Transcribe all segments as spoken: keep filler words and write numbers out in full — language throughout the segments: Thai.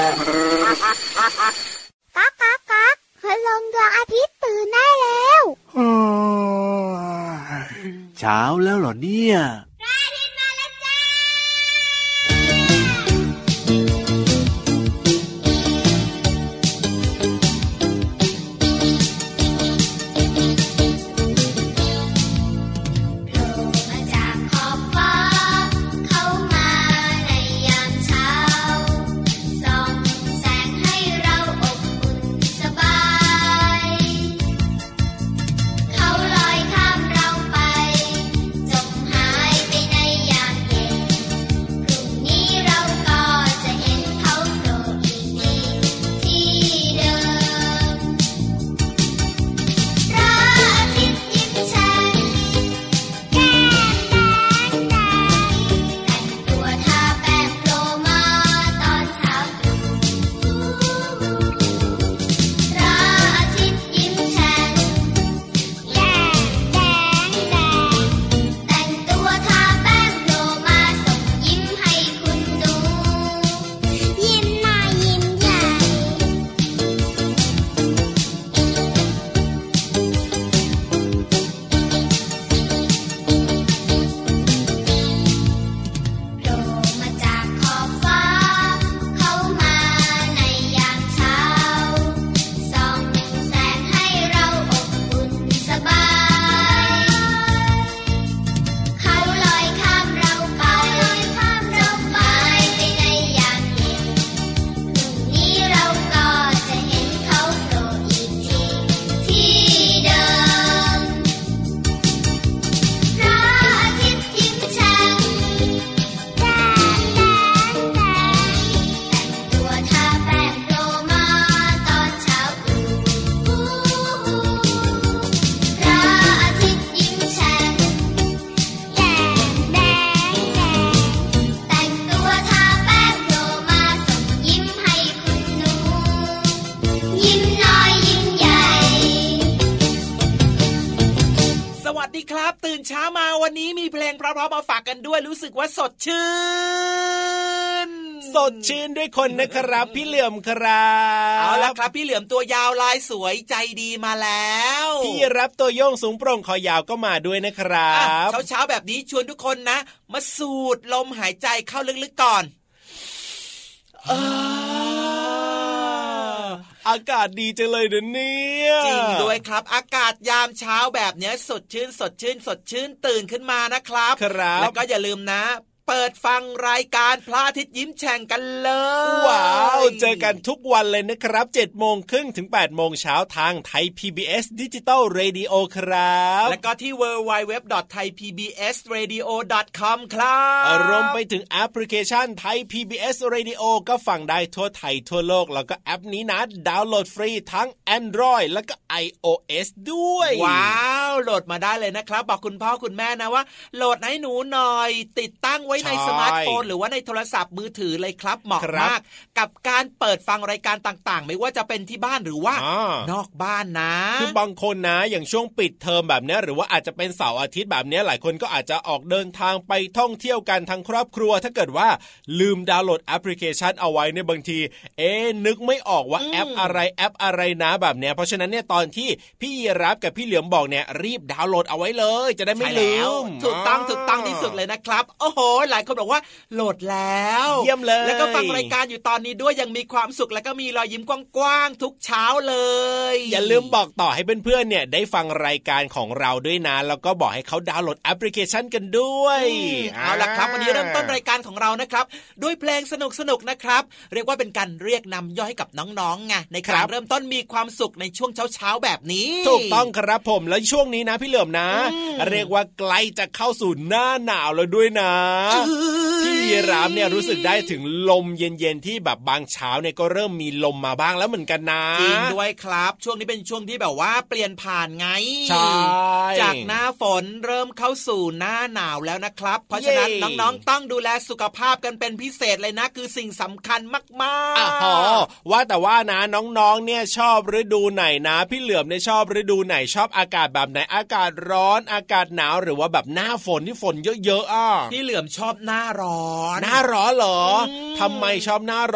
ก๊ากก๊ากก๊ากคืลงดวงอาทิตย์ตื่นได้แล้วเช้าแล้วเหรอเนี่ยรู้สึกว่าสดชื่นสดชื่นด้วยคนนะครับพี่เหลื่อมครับเอาละครับพี่เหลื่อมตัวยาวลายสวยใจดีมาแล้วพี่รับตัวโยงสูงโปร่งคอยาวก็มาด้วยนะครับเช้าเช้าแบบนี้ชวนทุกคนนะมาสูดลมหายใจเข้าลึกๆก่อนอากาศดีจังเลยนะเนี่ยจริงด้วยครับอากาศยามเช้าแบบนี้สดชื่นสดชื่นสดชื่นตื่นขึ้นมานะครับครับแล้วก็อย่าลืมนะเปิดฟังรายการพระอาทิตย์ยิ้มแฉ่งกันเลยว้าวเจอกันทุกวันเลยนะครับ เจ็ดโมงครึ่งถึง แปดโมงเช้าทางไทย พี บี เอส Digital Radio ครับแล้วก็ที่ ดับเบิลยู ดับเบิลยู ดับเบิลยู ดอท ไทย พี บี เอส เรดิโอ ดอท คอม ครับรวมไปถึงแอปพลิเคชันไทย พี บี เอส Radio ก็ฟังได้ทั่วไทยทั่วโลกแล้วก็แอปนี้นะดาวน์โหลดฟรีทั้ง Android แล้วก็ iOS ด้วยว้าวโหลดมาได้เลยนะครับบอกคุณพ่อคุณแม่นะว่าโหลดให้หนูหน่อยติดตั้งไว้ในสมาร์ทโฟนหรือว่าในโทรศัพท์มือถือเลยครับเหมาะมากกับการเปิดฟังรายการต่างๆไม่ว่าจะเป็นที่บ้านหรือว่านอกบ้านนะคือบางคนนะอย่างช่วงปิดเทอมแบบนี้หรือว่าอาจจะเป็นเสาร์อาทิตย์แบบนี้หลายคนก็อาจจะออกเดินทางไปท่องเที่ยวกันทั้งครอบครัวถ้าเกิดว่าลืมดาวน์โหลดแอปพลิเคชันเอาไว้ในบางทีเอ๊นึกไม่ออกว่าแอปอะไรแอปอะไรนะแบบเนี้ยเพราะฉะนั้นเนี่ยตอนที่พี่ยีรับกับพี่เหลือมบอกเนี่ยรีบดาวน์โหลดเอาไว้เลยจะได้ไม่ลืมถูกต้องถูกต้องที่สุดเลยนะครับโอ้โหหลายคนบอกว่าโหลดแล้วเยี่ยมเลยแล้วก็ฟังรายการอยู่ตอนนี้ด้วยยังมีความสุขแล้วก็มีรอยยิ้มกว้างๆทุกเช้าเลยอย่าลืมบอกต่อให้เพื่อนๆเนี่ยได้ฟังรายการของเราด้วยนะแล้วก็บอกให้เขาดาวน์โหลดแอปพลิเคชันกันด้วยเอาล่ะครับวันนี้เริ่มต้นรายการของเรานะครับด้วยเพลงสนุกๆนะครับเรียกว่าเป็นการเรียกนำย่อยให้กับน้องๆไงในการเริ่มต้นมีความสุขในช่วงเช้าๆแบบนี้ถูกต้องครับผมแล้วช่วงนี้นะพี่เหลือมนะเรียกว่าใกล้จะเข้าสู่หน้าหนาวแล้วด้วยนะพี่รามเนี่ยรู้สึกได้ถึงลมเย็นๆที่แบบบางเช้าเนี่ยก็เริ่มมีลมมาบ้างแล้วเหมือนกันนะจริงด้วยครับช่วงนี้เป็นช่วงที่แบบว่าเปลี่ยนผ่านไงใช่จากหน้าฝนเริ่มเข้าสู่หน้าหนาวแล้วนะครับเพราะฉะนั้นน้องๆต้องดูแลสุขภาพกันเป็นพิเศษเลยนะคือสิ่งสำคัญมากๆอ๋อว่าแต่ว่านะน้องๆเนี่ยชอบฤดูไหนนะพี่เหลือมเนี่ยชอบฤดูไหนชอบอากาศแบบไหนอากาศร้อนอากาศหนาวหรือว่าแบบหน้าฝนที่ฝนเยอะๆอ่ะพี่เหลือมชอบหน้าร้อนหน้าร้อนเหรอทำไมชอบหน้าร้อนเราไม่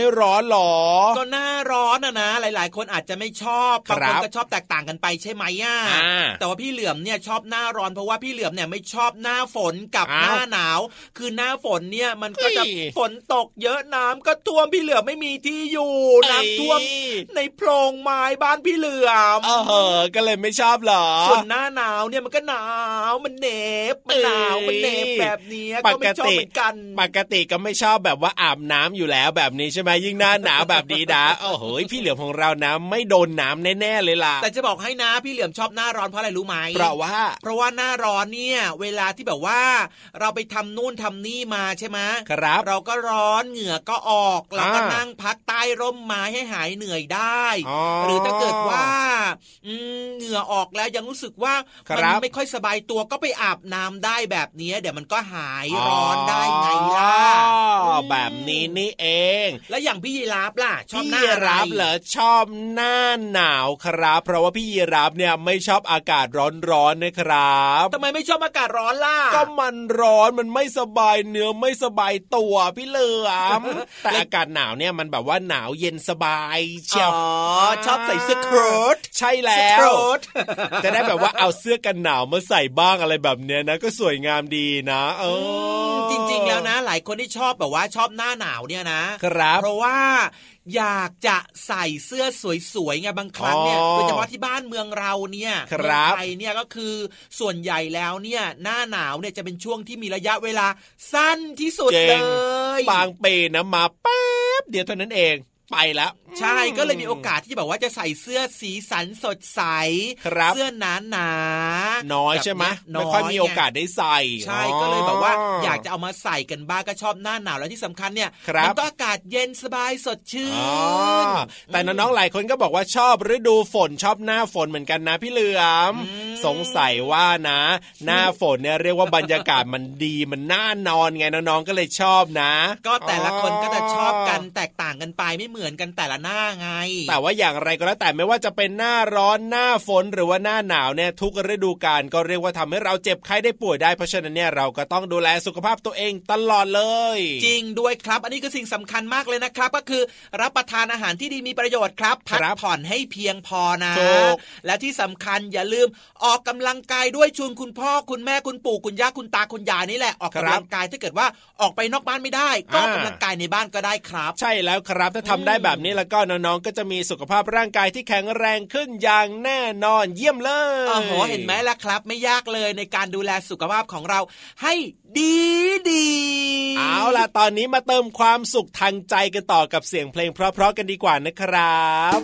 ร้อนหรอก็หน้าร้อนนะนะหลายๆคนอาจจะไม่ชอบบางคนก็ชอบแตกต่างกันไปใช่ไหมอ่ะแต่ว่าพี่เหลือมเนี่ยชอบหน้าร้อนเพราะว่าพี่เหลือมเนี่ยไม่ชอบหน้าฝนกับหน้าหนาวคือหน้าฝนเนี่ยมันก็จะฝนตกเยอะน้ำก็ท่วมพี่เหลือมไม่มีที่อยู่น้ำท่วมในโพรงไม้บ้านพี่เหลือมเออก็เลยไม่ชอบหรอส่วนหน้าหนาวเนี่ยมันก็หนาวมันเหน็บมันหนาวมันเหน็บแบบนี้ก็ไม่ชอบเหมือนกันปกติก็ไม่ชอบแบบว่าอาบน้ำอยู่แล้วแบบนี้ใช่ไหมยิ่งหน้าหนาวแบบนี้นะโอ้โหพี่เหลือมของเรานะไม่โดนน้ำแน่ๆเลยล่ะแต่จะบอกให้นะพี่เหลือมชอบหน้าร้อนเพราะอะไรรู้ไหมเพราะว่าเพราะว่าหน้าร้อนเนี่ยเวลาที่แบบว่าเราไปทำนู่นทำนี่มาใช่ไหมครับเราก็ร้อนเหงื่อก็ออกเราก็นั่งพักใต้ร่มไม้ให้หายเหนื่อยได้หรือถ้าเกิดว่าเหงื่อออกแล้วยังรู้สึกว่ามันไม่ค่อยสบายตัวก็ไปอาบน้ำได้แบบนี้เดี๋ยวมันก็หายร้อนได้ไงล่ะแบบนี้นี่เองแล้วอย่างพี่ยีราฟล่ะชอบหน้าอะไรพี่ยีราฟเหรอชอบหน้าหนาวครับเพราะว่าพี่ยีราฟเนี่ยไม่ชอบอากาศร้อนๆนะครับทำไมไม่ชอบอากาศร้อนล่ะก็มันร้อนมันไม่สบายเนื้อไม่สบายตัวพี่เหลือม แต่อากาศหนาวเนี่ยมันแบบว่าหนาวเย็นสบายเชียวอ๋อชอบใส่เสื้อโค้ทใช่แล้วจะได้แบบว่าเอาเสื้อกันหนาวมาใส่บ้างอะไรแบบเนี้ยนะก็สวยงามดีนะเออจริงๆแล้วนะหลายคนที่ชอบแบบว่าชอบหน้าหนาวเนี่ยนะครับเพราะว่าอยากจะใส่เสื้อสวยๆไงบางครั้งเนี่ยโดยเฉพาะที่บ้านเมืองเราเนี่ยเมืองไทยเนี่ยก็คือส่วนใหญ่แล้วเนี่ยหน้าหนาวเนี่ยจะเป็นช่วงที่มีระยะเวลาสั้นที่สุดเลยบางปีนะมาแป๊บเดียวเท่านั้นเองไปแล้วใช่ก็เลยมีโอกาสที่แบบว่าจะใส่เสื้อสีสันสดใสเสื้อหนาหนาน้อยใช่ไหมไม่ค่อยมีโอกาสได้ใส่ใช่ก็เลยแบบว่าอยากจะเอามาใส่กันบ้างก็ชอบหน้าหนาวแล้วที่สำคัญเนี่ยมันก็อากาศเย็นสบายสดชื่นแต่น้องๆหลายคนก็บอกว่าชอบฤดูฝนชอบหน้าฝนเหมือนกันนะพี่เหลือมสงสัยว่านะหน้าฝนเนี่ยเรียกว่าบรรยากาศมันดีมันน่านอนไงน้องๆก็เลยชอบนะก็แต่ละคนก็จะชอบกันแตกต่างกันไปไม่เหมือนกันแต่ละหน้าไงแต่ว่าอย่างไรก็แล้วแต่ไม่ว่าจะเป็นหน้าร้อนหน้าฝนหรือว่าหน้าหนาวเนี่ยทุกฤดูกาลก็เรียกว่าทำให้เราเจ็บไข้ได้ป่วยได้เพราะฉะนั้นเนี่ยเราก็ต้องดูแลสุขภาพตัวเองตลอดเลยจริงด้วยครับอันนี้คือสิ่งสำคัญมากเลยนะครับก็คือรับประทานอาหารที่ดีมีประโยชน์ครับพักผ่อนให้เพียงพอนะและที่สำคัญอย่าลืมออกกำลังกายด้วยชวนคุณพ่อคุณแม่คุณปู่คุณย่าคุณตาคุณยายนี่แหละออกกำลังกายถ้าเกิดว่าออกไปนอกบ้านไม่ได้ก็ออกกำลังกายในบ้านก็ได้ครับใช่แล้วครับถ้าทำได้แบบนี้แล้วก็น้องๆก็จะมีสุขภาพร่างกายที่แข็งแรงขึ้นอย่างแน่นอนเยี่ยมเลยโอ้โหเห็นไหมล่ะครับไม่ยากเลยในการดูแลสุขภาพของเราให้ดีดีเอาล่ะตอนนี้มาเติมความสุขทางใจกันต่อกับเสียงเพลงเพราะๆกันดีกว่านะครับ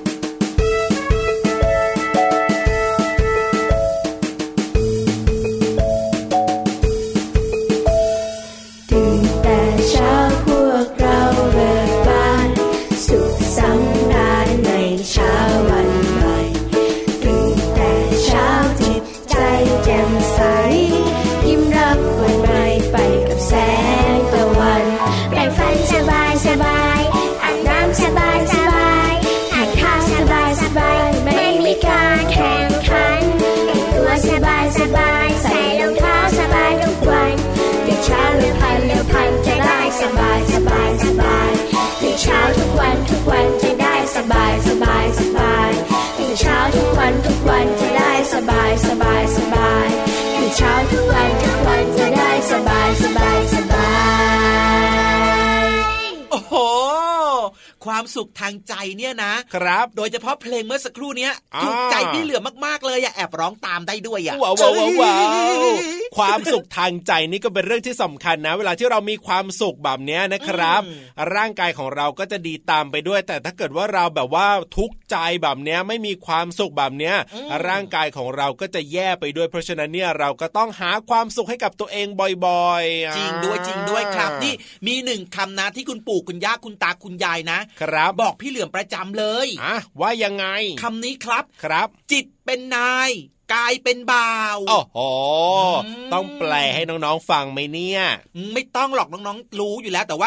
ตื่นแต่เช้าพวกเราเบิกบานสุขสำราญในเช้าวันใหม่ตื่นแต่เช้าจิตใจแจ่มใสยิ้มรับวันใหม่ไปกับแสงตะวันแปรงฟันสบายสบายอาบน้ำสบายสบายทานข้าวสบายสบายไม่มีการแข่งขันแต่งตัวสบายสบายใส่รองเท้าสบายทุกวันตื่นเช้าเร็วพันเร็วพันจะได้สบายสบายสบายตื่นเช้าทุกวันทุกวันจะได้สบายสบายสบายตื่นเช้าทุกวันทุกวันจะได้สบายสบายสบายตื่นเช้าทุกวันทุกวันจะได้สบายสบายสบายโอ้โหความสุขทางใจเนี่ยนะครับโดยเฉพาะเพลงเมื่อสักครู่นี้ถูกใจพี่เหลือมากๆเลยอ่ะแอบร้องตามได้ด้วยอ่ะว้าวว้าวว้าวความสุขทางใจนี่ก็เป็นเรื่องที่สำคัญนะเวลาที่เรามีความสุขแบบนี้นะครับร่างกายของเราก็จะดีตามไปด้วยแต่ถ้าเกิดว่าเราแบบว่าทุกข์ใจแบบนี้ไม่มีความสุขแบบนี้ร่างกายของเราก็จะแย่ไปด้วยเพราะฉะนั้นเนี่ยเราก็ต้องหาความสุขให้กับตัวเองบ่อยๆจริงด้วยจริงด้วยครับนี่มีหนึ่งคำนะที่คุณปู่คุณย่าคุณตาคุณยายนะครับบอกพี่เหลือมประจำเลยอ่ะว่ายังไงคำนี้ครับครับจิตเป็นนายกายเป็นบ่าวโอ้โหต้องแปลให้น้องๆฟังไหมเนี่ยไม่ต้องหรอกน้องๆรู้อยู่แล้วแต่ว่า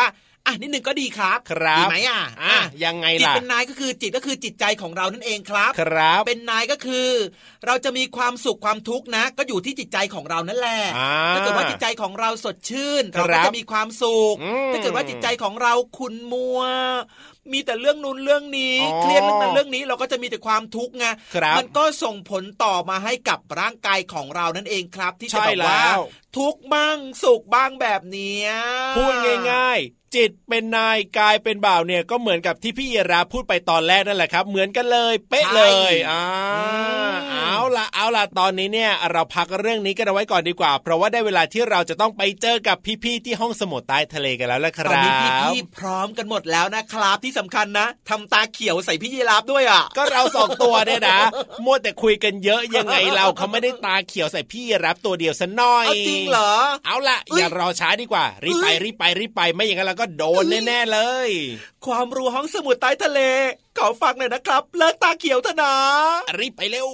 อ่ะนิดนึงก็ดีครับครับดีไหมอ่ะอ่ะยังไงล่ะจิตเป็นนายก็คือจิตก็คือจิตใจของเรานั่นเองครับครับเป็นนายก็คือเราจะมีความสุขความทุกข์นะก็อยู่ที่จิตใจของเรานั่นแหละถ้าเกิดว่าจิตใจของเราสดชื่นเราก็จะมีความสุขถ้าเกิดว่าจิตใจของเราขุ่นมัวมีแต่เรื่องนู้นเรื่องนี้เครียดเรื่องนั้นเรื่องนี้เราก็จะมีแต่ความทุกข์ไงมันก็ส่งผลต่อมาให้กับร่างกายของเรานั่นเองครับที่จะบอกว่าทุกข์บ้างสุขบ้างแบบนี้พูดง่ายๆจิตเป็นนายกายเป็นบ่าวเนี่ยก็เหมือนกับที่พี่ยีราฟพูดไปตอนแรกนั่นแหละครับเหมือนกันเลยเป๊ะเลยอ่าเอาล่ะเอาล่ะตอนนี้เนี่ยเราพักเรื่องนี้กันเอาไว้ก่อนดีกว่าเพราะว่าได้เวลาที่เราจะต้องไปเจอกับพี่ๆที่ห้องสมุดใต้ทะเลกันแล้วละครับตอนนี้พี่ๆพร้อมกันหมดแล้วนะครับที่สำคัญนะทำตาเขียวใส่พี่ยีราฟด้วยอ่ะก็เราสองตัวเนี่ยนะมัวแต่คุยกันเยอะยังไงเราเขาไม่ได้ตาเขียวใส่พี่ยีราฟตัวเดียวซะหน่อยจริงเหรอเอาล่ะอย่ารอช้าดีกว่ารีบไปรีบไปรีบไปไม่อย่างนั้นเราก็โดนแน่ๆเลยความรู้ห้องสมุดใต้ทะเลขอฟังหน่อยนะครับเลิกตาเขียวเถอะนะรีบไปเร็ว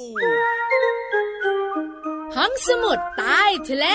ห้องสมุดใต้ทะเล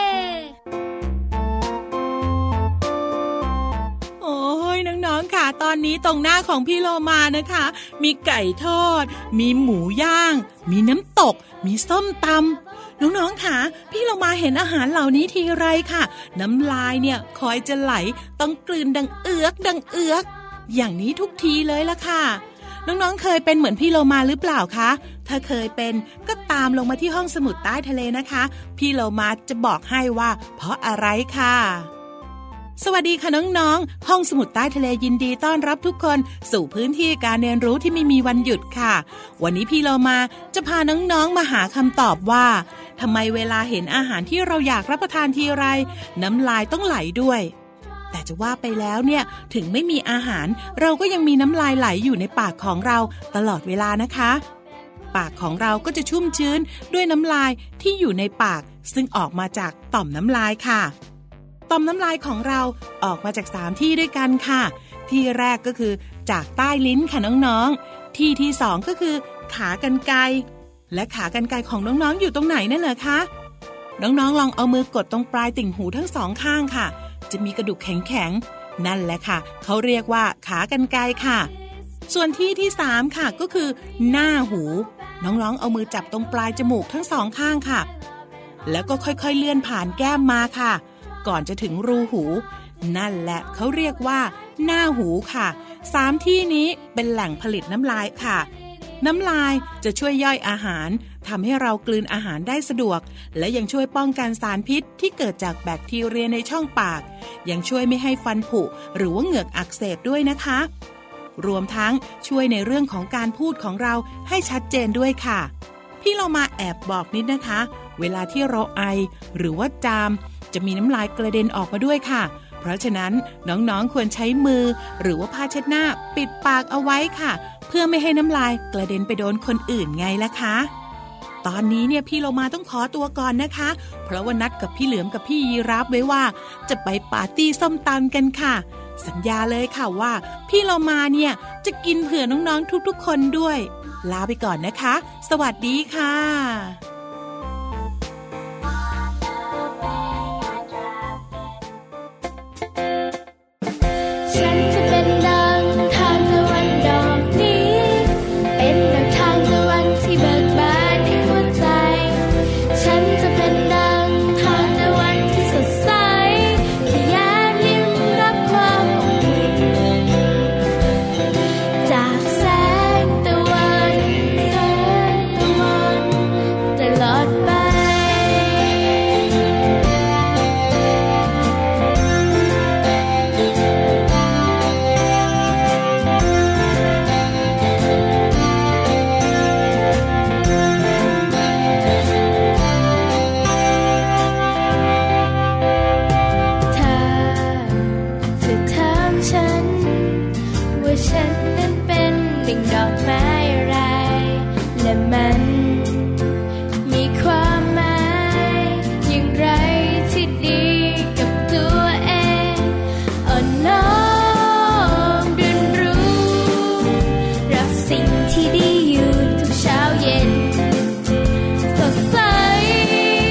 โอ้ยน้องๆค่ะตอนนี้ตรงหน้าของพี่โลมานะคะมีไก่ทอดมีหมูย่างมีน้ำตกมีส้มตำน้องๆค่ะพี่เรามาเห็นอาหารเหล่านี้ทีไรค่ะน้ำลายเนี่ยคอยจะไหลต้องกลืนดังเอือกดังเอือกอย่างนี้ทุกทีเลยล่ะค่ะน้องๆเคยเป็นเหมือนพี่โลมาหรือเปล่าคะถ้าเคยเป็นก็ตามลงมาที่ห้องสมุดใต้ทะเลนะคะพี่โลมาจะบอกให้ว่าเพราะอะไรค่ะสวัสดีค่ะน้องๆห้องสมุดใต้ทะเลยินดีต้อนรับทุกคนสู่พื้นที่การเรียนรู้ที่ไม่มีวันหยุดค่ะวันนี้พี่โลมาจะพาน้องๆมาหาคำตอบว่าทำไมเวลาเห็นอาหารที่เราอยากรับประทานทีไรน้ำลายต้องไหลด้วยแต่จะว่าไปแล้วเนี่ยถึงไม่มีอาหารเราก็ยังมีน้ำลายไหลอยู่ในปากของเราตลอดเวลานะคะปากของเราก็จะชุ่มชื้นด้วยน้ำลายที่อยู่ในปากซึ่งออกมาจากต่อมน้ำลายค่ะต่อมน้ำลายของเราออกมาจากสามที่ด้วยกันค่ะที่แรกก็คือจากใต้ลิ้นค่ะน้องๆที่ที่สองก็คือขากรรไกรและขากรรไกรของน้องๆอยู่ตรงไหนนั่นเหรอคะน้องๆลองเอามือกดตรงปลายติ่งหูทั้งสองข้างค่ะจะมีกระดูกแข็งๆนั่นแหละค่ะเขาเรียกว่าขากรรไกรค่ะส่วนที่ที่สามค่ะก็คือหน้าหูน้องๆเอามือจับตรงปลายจมูกทั้งสองข้างค่ะแล้วก็ค่อยๆเลื่อนผ่านแก้มมาค่ะก่อนจะถึงรูหูนั่นแหละเขาเรียกว่าหน้าหูค่ะสามที่นี้เป็นแหล่งผลิตน้ำลายค่ะน้ำลายจะช่วยย่อยอาหารทำให้เรากลืนอาหารได้สะดวกและยังช่วยป้องกันสารพิษที่เกิดจากแบคทีเรียในช่องปากยังช่วยไม่ให้ฟันผุหรือว่าเหงือกอักเสบด้วยนะคะรวมทั้งช่วยในเรื่องของการพูดของเราให้ชัดเจนด้วยค่ะพี่เรามาแอบบอกนิดนะคะเวลาที่เราไอหรือว่าจามจะมีน้ำลายกระเด็นออกมาด้วยค่ะเพราะฉะนั้นน้องๆควรใช้มือหรือว่าผ้าเช็ดหน้าปิดปากเอาไว้ค่ะเพื่อไม่ให้น้ำลายกระเด็นไปโดนคนอื่นไงล่ะคะตอนนี้เนี่ยพี่โลมาต้องขอตัวก่อนนะคะเพราะว่านัดกับพี่เหลือมกับพี่ยีราฟไว้ว่าจะไปปาร์ตี้ส้มตำกันค่ะสัญญาเลยค่ะว่าพี่โลมาเนี่ยจะกินเผื่อน้องๆทุกๆคนด้วยลาไปก่อนนะคะสวัสดีค่ะ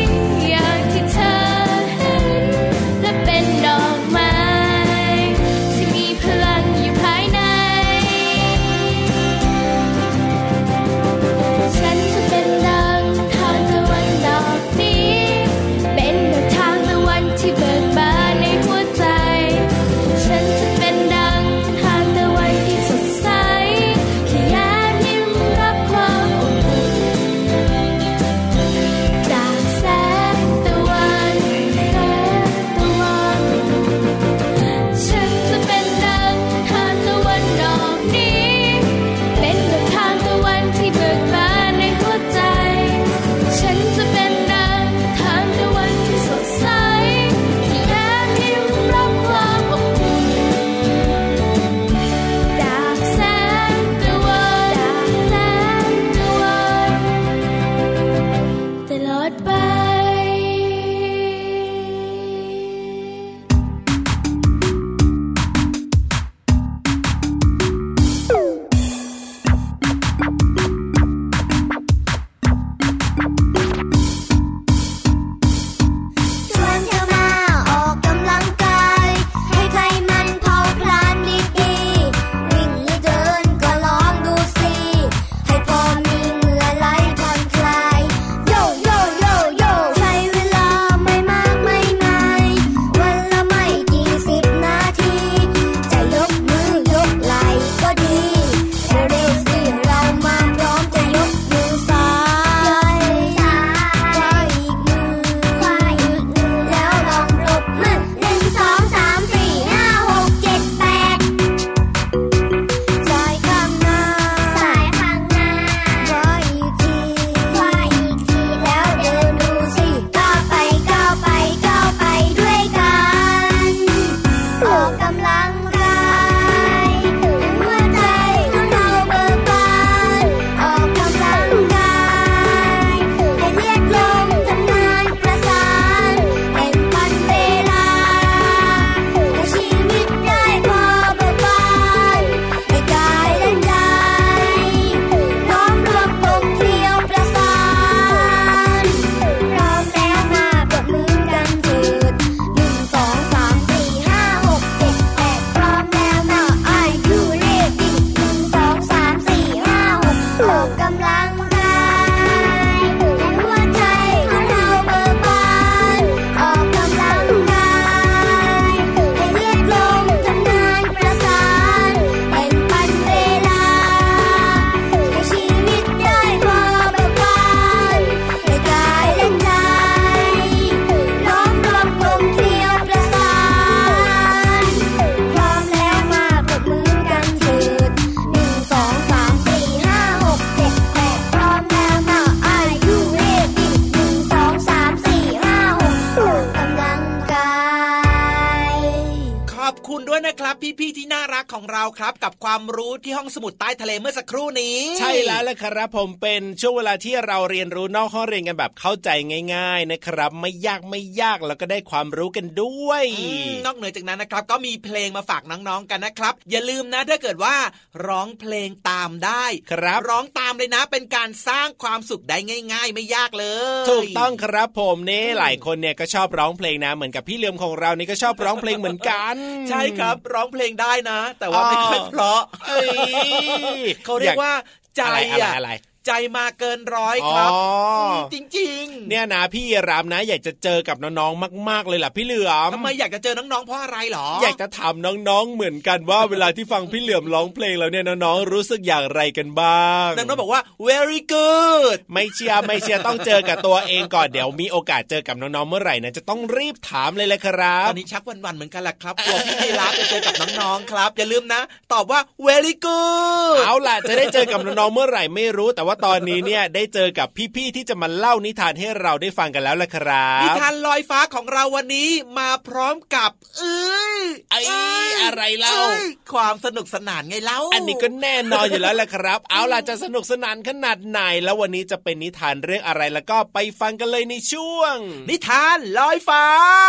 ฉพี่ๆที่น่ารักของเราครับกับความรู้ที่ห้องสมุดใต้ทะเลเมื่อสักครู่นี้ใช่แล้วละครับผมเป็นช่วงเวลาที่เราเรียนรู้นอกห้องเรียนกันแบบเข้าใจง่ายๆนะครับไม่ยากไม่ยากแล้วก็ได้ความรู้กันด้วยนอกเหนือจากนั้นนะครับก็มีเพลงมาฝากน้องๆกันนะครับอย่าลืมนะถ้าเกิดว่าร้องเพลงตามได้ครับร้องตามเลยนะเป็นการสร้างความสุขได้ง่ายๆไม่ยากเลยถูกต้องครับผมนี่หลายคนเนี่ยก็ชอบร้องเพลงนะเหมือนกับพี่เหลือมของเรานี่ก็ชอบร้องเพลงเหมือนกันใช่ครับร้องเพลงได้นะแต่ว่าไม่ค่อยเพราะเขาเรียกว่าใจอะไรใจมาเกินร้อยครับจริงๆเนี่ยนะพี่รามนะอยากจะเจอกับน้องๆมากๆเลยล่ะพี่เหลือมทำไมอยากจะเจอน้องๆเพราะอะไรหรออยากจะถามน้องๆเหมือนกันว่าเวลาที่ฟังพี่เหลือมร้องเพลงแล้วเนี่ยน้องๆรู้สึกอย่างไรกันบ้างน้องๆบอกว่า very good ไม่เชื่อไม่เชื่อต้องเจอกับตัวเองก่อนเดี๋ยวมีโอกาสเจอกับน้องๆเมื่อไหร่นะจะต้องรีบถามเลยเลยครับตอนนี้ชักวันๆเหมือนกันแหละครับกลัวพี่ไม่รับจะเจอกับน้องๆครับอย่าลืมนะตอบว่า very good เอาล่ะจะได้เจอกับน้องๆเมื่อไหร่ไม่รู้แต่ว่าตอนนี้เนี่ยได้เจอกับพี่ๆที่จะมาเล่านิทานให้เราได้ฟังกันแล้วล่ะครับนิทานลอยฟ้าของเราวันนี้มาพร้อมกับเอ้ยไอ้อะไรเล่าความสนุกสนานไงเล่าอันนี้ก็แน่นอนอยู่แล้วล่ะครับเอาล่ะจะสนุกสนานขนาดไหนแล้ววันนี้จะเป็นนิทานเรื่องอะไรแล้วก็ไปฟังกันเลยในช่วงนิทานลอยฟ้า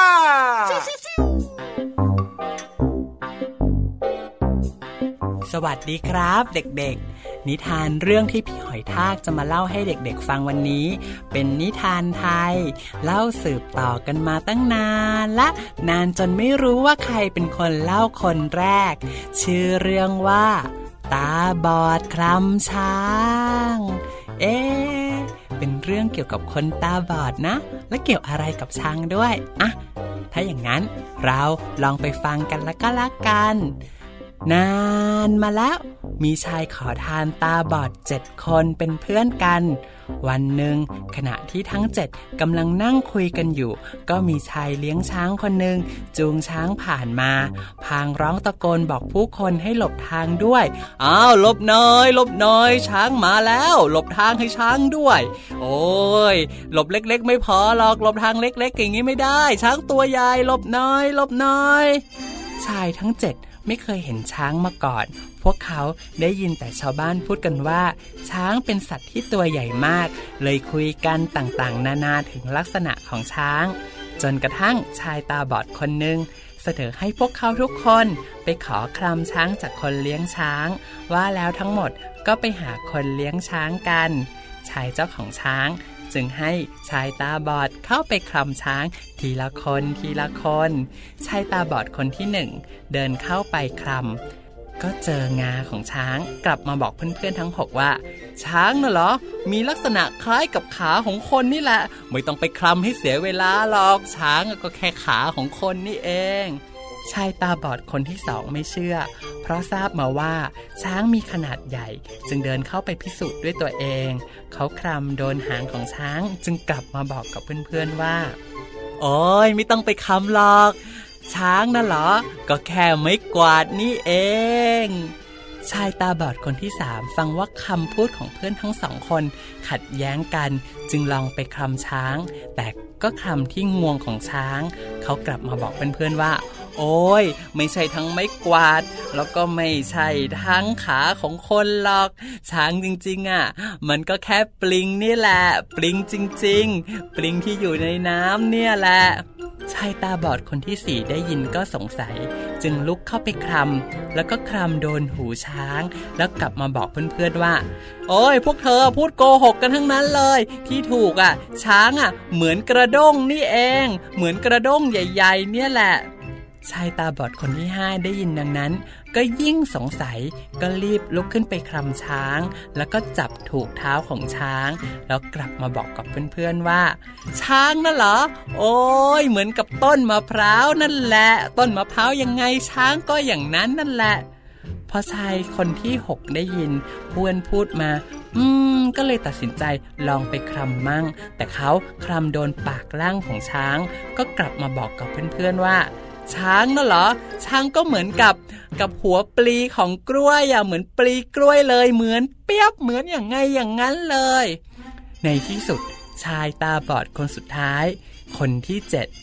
สวัสดีครับเด็กๆนิทานเรื่องที่พี่หอยทากจะมาเล่าให้เด็กๆฟังวันนี้เป็นนิทานไทยเล่าสืบต่อกันมาตั้งนานละนานจนไม่รู้ว่าใครเป็นคนเล่าคนแรกชื่อเรื่องว่าตาบอดคลำช้างเอ๊ะเป็นเรื่องเกี่ยวกับคนตาบอดนะและเกี่ยวอะไรกับช้างด้วยอะถ้าอย่างนั้นเราลองไปฟังกันละก็แล้วกันนานมาแล้วมีชายขอทานตาบอดเจ็ดคนเป็นเพื่อนกันวันหนึ่งขณะที่ทั้งเจ็ดกำลังนั่งคุยกันอยู่ก็มีชายเลี้ยงช้างคนหนึ่งจูงช้างผ่านมาพางร้องตะโกนบอกผู้คนให้หลบทางด้วยอ้าวหลบหน่อยหลบหน่อยช้างมาแล้วหลบทางให้ช้างด้วยโอ้ยหลบเล็กๆไม่พอหรอกหลบทางเล็กๆอย่างนี้ไม่ได้ช้างตัวใหญ่หลบหน่อยหลบหน่อยชายทั้งเจ็ดไม่เคยเห็นช้างมาก่อนพวกเขาได้ยินแต่ชาวบ้านพูดกันว่าช้างเป็นสัตว์ที่ตัวใหญ่มากเลยคุยกันต่างๆนานาถึงลักษณะของช้างจนกระทั่งชายตาบอดคนหนึ่งเสนอให้พวกเขาทุกคนไปขอคลำช้างจากคนเลี้ยงช้างว่าแล้วทั้งหมดก็ไปหาคนเลี้ยงช้างกันชายเจ้าของช้างจึงให้ชายตาบอดเข้าไปคลำช้างทีละคนทีละคนชายตาบอดคนที่หนึ่งเดินเข้าไปคลำก็เจองาของช้างกลับมาบอกเพื่อนๆทั้งหกว่าช้างน่ะเหรอมีลักษณะคล้ายกับขาของคนนี่แหละไม่ต้องไปคลำให้เสียเวลาหรอกช้างก็แค่ขาของคนนี่เองชายตาบอดคนที่สองไม่เชื่อเพราะทราบมาว่าช้างมีขนาดใหญ่จึงเดินเข้าไปพิสูจน์ด้วยตัวเองเขาคลำโดนหางของช้างจึงกลับมาบอกกับเพื่อนๆว่าโอ้ยไม่ต้องไปคลำหรอกช้างน่ะเหรอก็แค่ไม้กวาดนี่เองชายตาบอดคนที่สามฟังว่าคำพูดของเพื่อนทั้งสองคนขัดแย้งกันจึงลองไปคลำช้างแต่ก็คลำที่งวงของช้างเขากลับมาบอกเพื่อนๆว่าโอ้ยไม่ใช่ทั้งไม้กวาดแล้วก็ไม่ใช่ทั้งขาของคนหรอกช้างจริงๆอ่ะมันก็แค่ปลิงนี่แหละปลิงจริงๆปลิงที่อยู่ในน้ำเนี่ยแหละชายตาบอดคนที่สี่ได้ยินก็สงสัยจึงลุกเข้าไปคลำแล้วก็คลำโดนหูช้างแล้วกลับมาบอกเพื่อนๆว่าโอ้ยพวกเธอพูดโกหกกันทั้งนั้นเลยที่ถูกอ่ะช้างอ่ะเหมือนกระด้งนี่เองเหมือนกระด้งใหญ่ๆเนี่ยแหละชายตาบอดคนที่ห้าได้ยินดังนั้นก็ยิ่งสงสัยก็รีบลุกขึ้นไปคลำช้างแล้วก็จับถูกเท้าของช้างแล้วกลับมาบอกกับเพื่อนๆว่าช้างน่ะเหรอโอ้ยเหมือนกับต้นมะพร้าวนั่นแหละต้นมะพร้าวยังไงช้างก็อย่างนั้นนั่นแหละพอชายคนที่หกได้ยินเพื่อนพูดมาอืมก็เลยตัดสินใจลองไปคลำมั่งแต่เขาคลำโดนปากล่างของช้างก็กลับมาบอกกับเพื่อนๆว่าช้างน่ะเหรอช้างก็เหมือนกับกับหัวปลีของกล้วยอ่ะเหมือนปลีกล้วยเลยเหมือนเปียบเหมือนอย่างไงอย่างนั้นเลยในที่สุดชายตาบอดคนสุดท้ายคนที่เจ็ด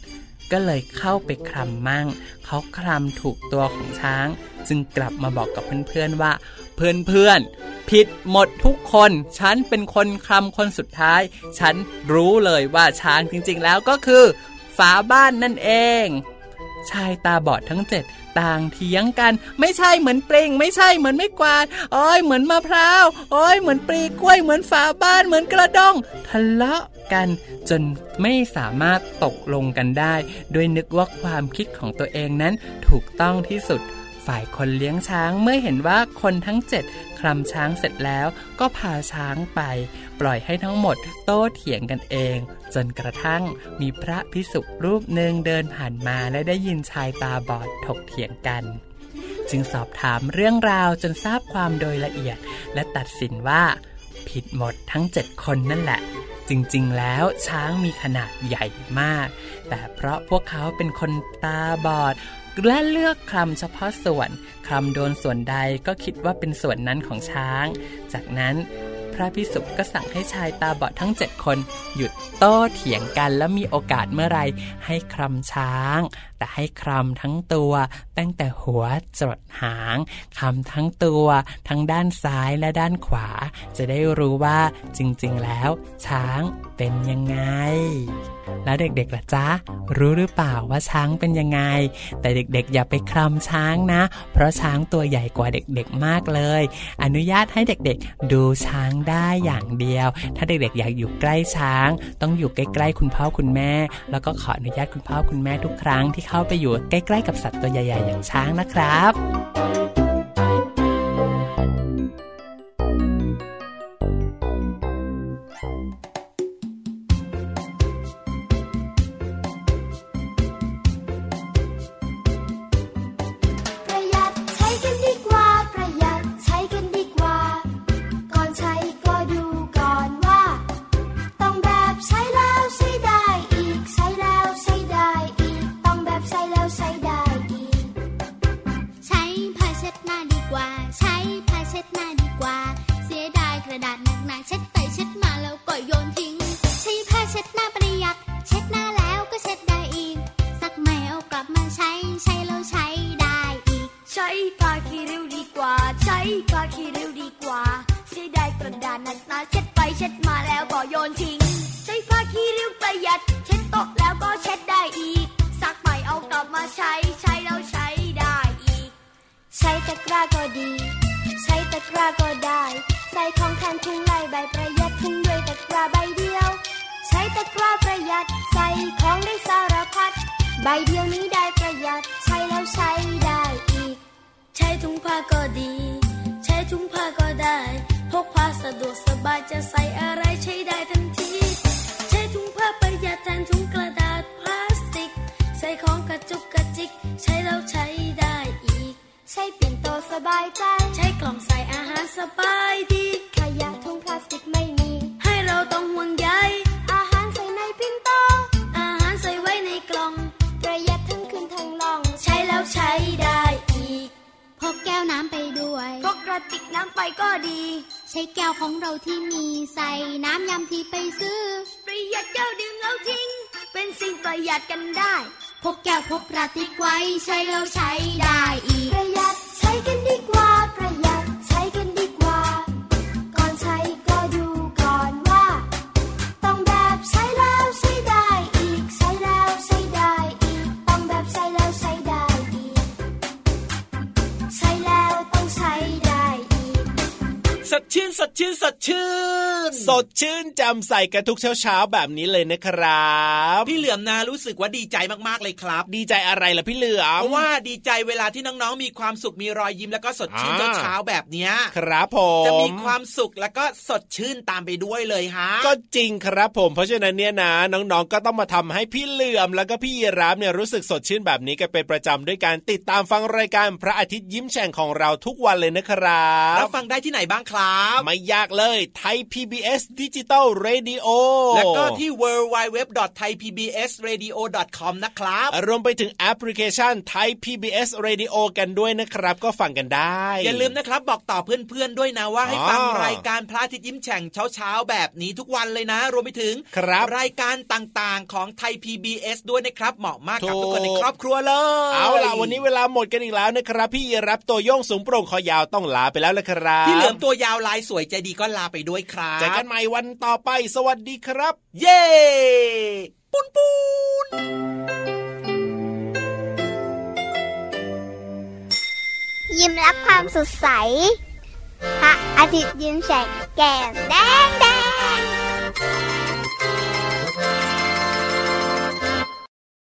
ก็เลยเข้าไปคลำมั่งเขาคลำถูกตัวของช้างจึงกลับมาบอกกับเพื่อนๆว่าเพื่อนๆผิดหมดทุกคนฉันเป็นคนคลำคนสุดท้ายฉันรู้เลยว่าช้างจริงๆแล้วก็คือฝาบ้านนั่นเองชายตาบอดทั้งเจ็ดต่างเถียงกันไม่ใช่เหมือนปลิงไม่ใช่เหมือนไม้กวาดโอ้ยเหมือนมะพร้าวโอ้ยเหมือนปลีกล้วยเหมือนฝาบ้านเหมือนกระด้งทะเลาะกันจนไม่สามารถตกลงกันได้โดยนึกว่าความคิดของตัวเองนั้นถูกต้องที่สุดฝ่ายคนเลี้ยงช้างเมื่อเห็นว่าคนทั้งเจ็ดคลำช้างเสร็จแล้วก็พาช้างไปปล่อยให้ทั้งหมดโต้เถียงกันเองจนกระทั่งมีพระภิกษุรูปหนึ่งเดินผ่านมาและได้ยินชายตาบอดถกเถียงกันจึงสอบถามเรื่องราวจนทราบความโดยละเอียดและตัดสินว่าผิดหมดทั้งเจ็ดคนนั่นแหละจริงๆแล้วช้างมีขนาดใหญ่มากแต่เพราะพวกเขาเป็นคนตาบอดและเลือกคลำเฉพาะส่วนคลำโดนส่วนใดก็คิดว่าเป็นส่วนนั้นของช้างจากนั้นพระภิกษุก็สั่งให้ชายตาบอดทั้งเจ็ดคนหยุดโต้เถียงกันและมีโอกาสเมื่อไรให้คลำช้างแต่ให้คลำทั้งตัวตั้งแต่หัวจรดหางคลำทั้งตัวทั้งด้านซ้ายและด้านขวาจะได้รู้ว่าจริงๆแล้วช้างเป็นยังไงแล้วเด็กๆล่ะจ๊ะรู้หรือเปล่าว่าช้างเป็นยังไงแต่เด็กๆอย่าไปคลำช้างนะเพราะช้างตัวใหญ่กว่าเด็กๆมากเลยอนุญาตให้เด็กๆดูช้างได้อย่างเดียวถ้าเด็กๆอยากอยู่ใกล้ช้างต้องอยู่ใกล้ๆคุณพ่อคุณแม่แล้วก็ขออนุญาตคุณพ่อคุณแม่ทุกครั้งที่เข้าไปอยู่ใกล้ๆกับสัตว์ตัวใหญ่ๆอย่างช้างนะครับใบเดียวนี้ได้ประหยัดใช้แล้วใช้ได้อีกใช้ถุงผ้าก็ดีใช้ถุงผ้าก็ได้พกพาสะดวกสบายจะใส่อะไรใช้ได้ทันทีใช้ถุงผ้าประหยัดแทนถุงกระดาษพลาสติกใส่ของกระจุกกระจิกใช้แล้วใช้ได้อีกใช้ปิ่นโตสบายใจใช้กล่องใส่อาหารสบายดีขยะถุงพลาสติกไม่มีให้เราต้องห่วงใยอาหารใส่ในปิ่นโตอาหารใส่ไว้ในกล่องประหยัดทั้งขึ้นทั้งล่องใช้แล้วใช้ได้อีกพกแก้วน้ำไปด้วยพกกระติกน้ำไปก็ดีใช้แก้วของเราที่มีใส่น้ำยามที่ไปซื้อประหยัดแก้วดื่มแล้วทิ้งเป็นสิ่งประหยัดกันได้พกแก้วพกกระติกไว้ใช้แล้วใช้ได้อีกประหยัดใช้กันดีกว่าประหยัดใช้กันดีกว่าก่อนใช้ก็ดูก่อนว่าต้องแบบใช้แล้วใช้ได้อีกใช้แล้วใช้ได้อีกต้องแบบใช้แล้วใช้ได้อีกใช้แล้วต้องใช้ได้อีกสดชื่นสดชื่นสดชื่นสดชื่นแจ่มใสกันทุกเช้าๆแบบนี้เลยนะครับพี่เหลือมนะรู้สึกว่าดีใจมากๆเลยครับดีใจอะไรล่ะพี่เหลือมเพราะว่าดีใจเวลาที่น้องๆมีความสุขมีรอยยิ้มแล้วก็สดชื่นเช้าๆแบบเนี้ยครับผมจะมีความสุขแล้วก็สดชื่นตามไปด้วยเลยฮะก็จริงครับผมเพราะฉะนั้นเนี่ยนะน้องๆก็ต้องมาทำให้พี่เหลือมแล้วก็พี่ยีราฟเนี่ยรู้สึกสดชื่นแบบนี้กันเป็นประจำด้วยการติดตามฟังรายการพระอาทิตย์ยิ้มแฉ่งของเราทุกวันเลยนะครับแล้วฟังได้ที่ไหนบ้างครับครับไม่ยากเลยไทย พี บี เอส Digital Radio แล้วก็ที่ ดับเบิลยู ดับเบิลยู ดับเบิลยู ดอท ไทย พี บี เอส เรดิโอ ดอท คอม นะครับรวมไปถึงแอปพลิเคชันไทย พี บี เอส Radio กันด้วยนะครับก็ฟังกันได้อย่าลืมนะครับบอกต่อเพื่อนๆด้วยนะว่าให้ฟังรายการพระอาทิตย์ยิ้มแฉ่งเช้าๆแบบนี้ทุกวันเลยนะรวมไปถึงรายการต่างๆของไทย พี บี เอส ด้วยนะครับเหมาะมากกับทุกคนในครอบครัวเลยเอาล่ะวันนี้เวลาหมดกันอีกแล้วนะครับพี่รับตัวโยงสูงโปร่งคอยาวต้องลาไปแล้วละครับพี่เหลือมตัวยาวลายสวยใจดีก็ลาไปด้วยครับเจอกันใหม่วันต่อไปสวัสดีครับเย้ปุ้นปุ้นยิ้มรับความสดใสพระอาทิตย์ยิ้มแฉกแก้มแดงแดง